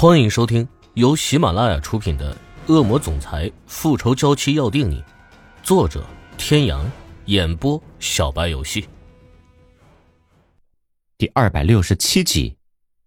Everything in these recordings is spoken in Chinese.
欢迎收听由喜马拉雅出品的《恶魔总裁复仇娇妻要定你》，作者天阳，演播小白游戏。 第267集。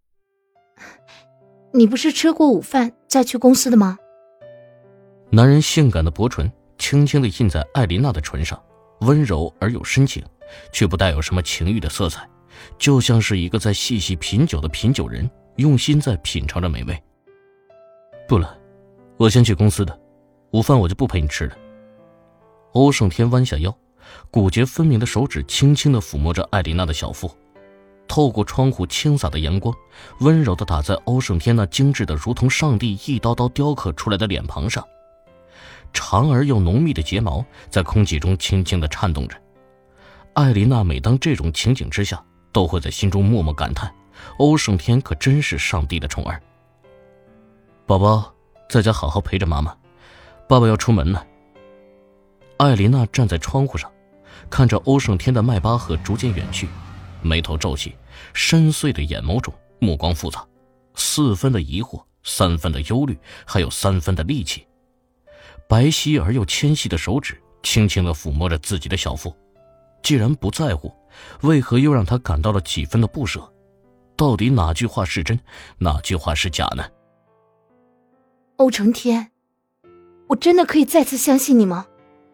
你不是吃过午饭再去公司的吗？ 男人性感的薄唇轻轻地印在艾琳娜的唇上，温柔而有深情，却不带有什么情欲的色彩，就像是一个在细细品酒的品酒人，用心在品尝着美味。不了，我先去公司的，午饭我就不陪你吃了。欧胜天弯下腰，骨节分明的手指轻轻地抚摸着艾琳娜的小腹，透过窗户倾洒的阳光，温柔地打在欧胜天那精致的如同上帝一刀刀雕刻出来的脸庞上。长而又浓密的睫毛在空气中轻轻地颤动着。艾琳娜每当这种情景之下，都会在心中默默感叹，欧胜天可真是上帝的宠儿。宝宝在家好好陪着妈妈，爸爸要出门了。艾琳娜站在窗户上，看着欧胜天的迈巴赫逐渐远去，眉头皱起，深邃的眼眸中目光复杂，4分的疑惑，3分的忧虑，还有3分的戾气。白皙而又纤细的手指轻轻地抚摸着自己的小腹，既然不在乎，为何又让他感到了几分的不舍？到底哪句话是真，哪句话是假呢？ 欧承天，我真的可以再次相信你吗？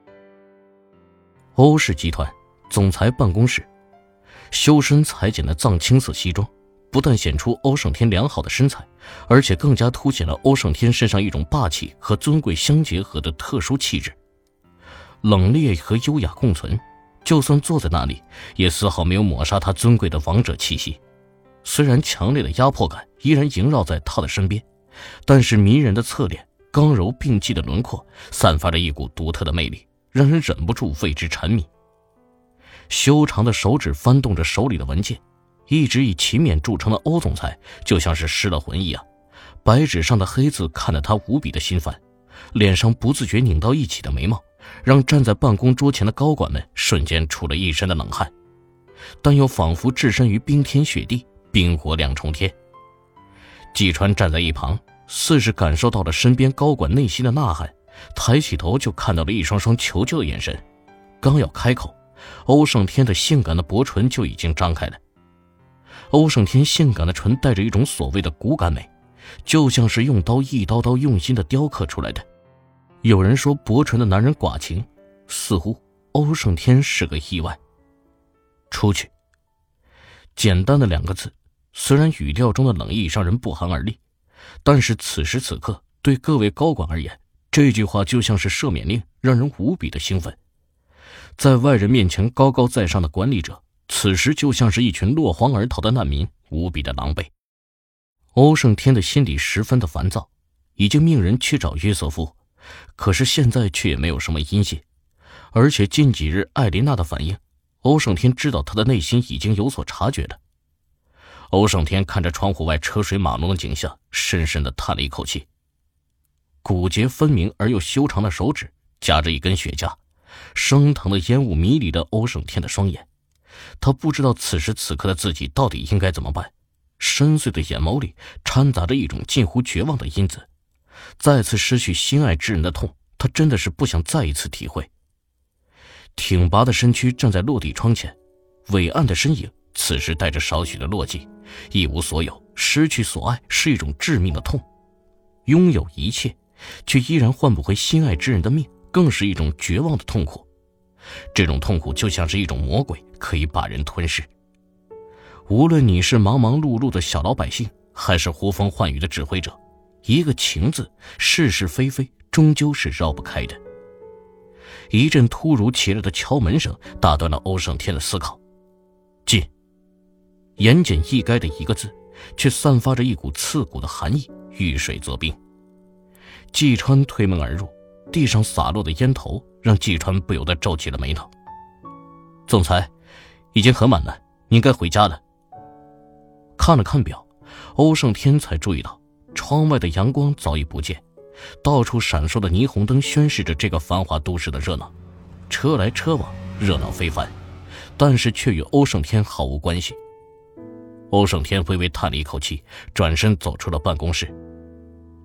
欧氏集团总裁办公室，修身裁剪的藏青色西装不但显出欧胜天良好的身材，而且更加凸显了欧胜天身上一种霸气和尊贵相结合的特殊气质。冷冽和优雅共存，就算坐在那里也丝毫没有抹杀他尊贵的王者气息。虽然强烈的压迫感依然萦绕在他的身边，但是迷人的侧脸，刚柔并济的轮廓，散发着一股独特的魅力，让人忍不住为之沉迷。修长的手指翻动着手里的文件，一直以勤勉著称的欧总裁就像是失了魂一样，白纸上的黑字看得他无比的心烦，脸上不自觉拧到一起的眉毛让站在办公桌前的高管们瞬间出了一身的冷汗，但又仿佛置身于冰天雪地，冰火两重天。季川站在一旁，似是感受到了身边高管内心的呐喊，抬起头就看到了一双双求救的眼神，刚要开口，欧胜天的性感的薄唇就已经张开了。欧胜天性感的唇带着一种所谓的骨感美，就像是用刀一刀刀用心的雕刻出来的。有人说薄唇的男人寡情，似乎欧胜天是个意外。出去。简单的2个字，虽然语调中的冷意让人不寒而栗，但是此时此刻对各位高管而言，这句话就像是赦免令，让人无比的兴奋。在外人面前高高在上的管理者，此时就像是一群落荒而逃的难民，无比的狼狈。欧胜天的心里十分的烦躁，已经命人去找约瑟夫，可是现在却也没有什么音信。而且近几日艾琳娜的反应，欧胜天知道他的内心已经有所察觉了。欧胜天看着窗户外车水马龙的景象，深深地叹了一口气。骨节分明而又修长的手指夹着一根雪茄，升腾的烟雾迷离了欧胜天的双眼。他不知道此时此刻的自己到底应该怎么办，深邃的眼眸里掺杂着一种近乎绝望的因子。再次失去心爱之人的痛，他真的是不想再一次体会。挺拔的身躯站在落地窗前，伟岸的身影此时带着少许的落寂，一无所有，失去所爱是一种致命的痛。拥有一切，却依然换不回心爱之人的命，更是一种绝望的痛苦。这种痛苦就像是一种魔鬼，可以把人吞噬。无论你是忙忙碌碌的小老百姓，还是呼风唤雨的指挥者，一个情字，是是非非，终究是绕不开的。一阵突如其来的敲门声打断了欧胜天的思考。进。言简意赅的一个字，却散发着一股刺骨的寒意，遇水则冰。季川推门而入，地上洒落的烟头让季川不由得皱起了眉头。总裁，已经很晚了，您该回家了。看了看表，欧胜天才注意到窗外的阳光早已不见，到处闪烁的霓虹灯宣示着这个繁华都市的热闹，车来车往，热闹非凡，但是却与欧胜天毫无关系。欧胜天微微叹了一口气，转身走出了办公室，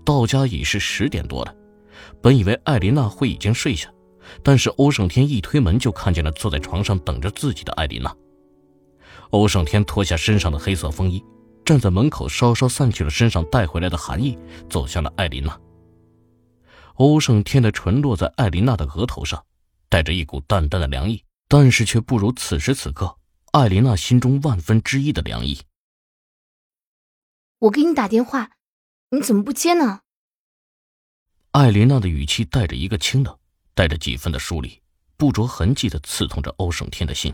到家已是10点多了，本以为艾琳娜会已经睡下，但是欧胜天一推门就看见了坐在床上等着自己的艾琳娜。欧胜天脱下身上的黑色风衣，站在门口稍稍散去了身上带回来的寒意，走向了艾琳娜。欧胜天的唇落在艾琳娜的额头上，带着一股淡淡的凉意，但是却不如此时此刻艾琳娜心中1/1000的凉意。 我给你打电话，你怎么不接呢？ 艾琳娜的语气带着一个清冷，带着几分的疏离，不着痕迹地刺痛着欧胜天的心。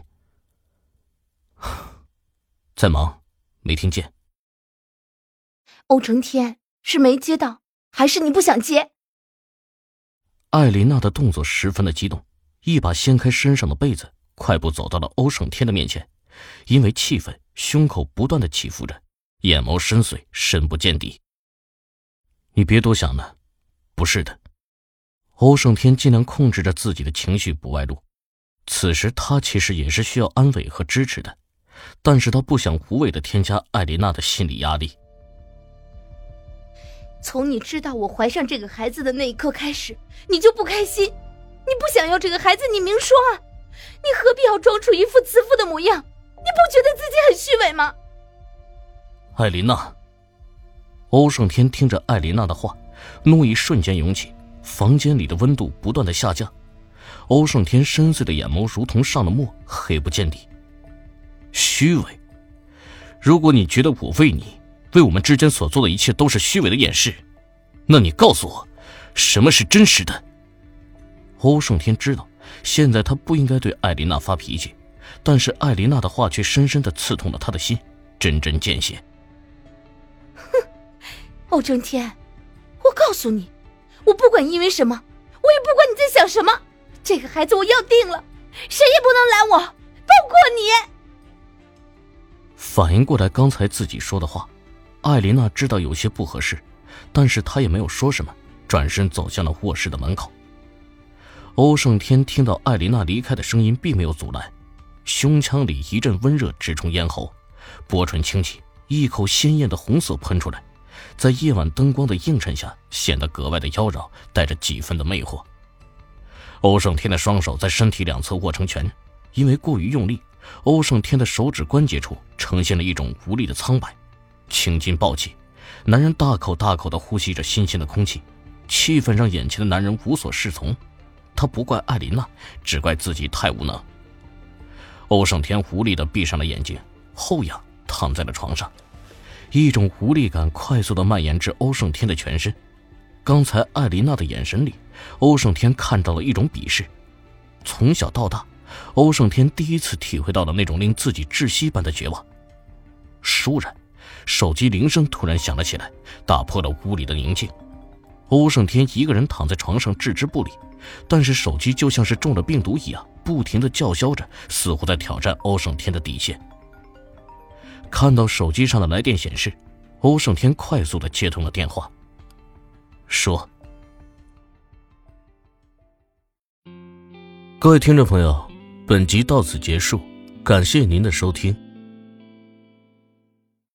在忙，没听见。 欧成天，是没接到，还是你不想接？ 艾琳娜的动作十分的激动，一把掀开身上的被子，快步走到了欧胜天的面前，因为气愤，胸口不断的起伏着，眼眸深邃，深不见底。你别多想了，不是的。欧胜天尽量控制着自己的情绪不外露，此时他其实也是需要安慰和支持的，但是他不想无谓的添加艾琳娜的心理压力。 从你知道我怀上这个孩子的那一刻开始，你就不开心，你不想要这个孩子，你明说啊！你何必要装出一副慈父的模样？你不觉得自己很虚伪吗？ 艾琳娜。欧胜天听着艾琳娜的话，怒意瞬间涌起，房间里的温度不断的下降。欧胜天深邃的眼眸如同上了墨，黑不见底。虚伪？如果你觉得我为我们之间所做的一切都是虚伪的掩饰，那你告诉我，什么是真实的？欧胜天知道，现在他不应该对艾琳娜发脾气，但是艾琳娜的话却深深地刺痛了他的心，针针见血。 哼，欧成天，我告诉你，我不管因为什么，我也不管你在想什么，这个孩子我要定了，谁也不能拦我，包括你。 反应过来刚才自己说的话，艾琳娜知道有些不合适，但是她也没有说什么，转身走向了卧室的门口。欧胜天听到艾琳娜离开的声音并没有阻拦，胸腔里一阵温热直冲咽喉，薄唇轻启，一口鲜艳的红色喷出来，在夜晚灯光的映衬下显得格外的妖娆，带着几分的魅惑。欧胜天的双手在身体两侧握成拳，因为过于用力，欧胜天的手指关节处呈现了一种无力的苍白。青筋暴起，男人大口大口地呼吸着新鲜的空气，气氛让眼前的男人无所适从。他不怪艾琳娜，只怪自己太无能。欧胜天无力地闭上了眼睛，后仰躺在了床上，一种无力感快速地蔓延至欧胜天的全身。刚才艾琳娜的眼神里，欧胜天看到了一种鄙视。从小到大，欧胜天第一次体会到了那种令自己窒息般的绝望。倏然，手机铃声突然响了起来，打破了屋里的宁静。欧胜天一个人躺在床上置之不理，但是手机就像是中了病毒一样，不停地叫嚣着，似乎在挑战欧胜天的底线。看到手机上的来电显示，欧胜天快速地接通了电话。说：各位听众朋友，本集到此结束，感谢您的收听。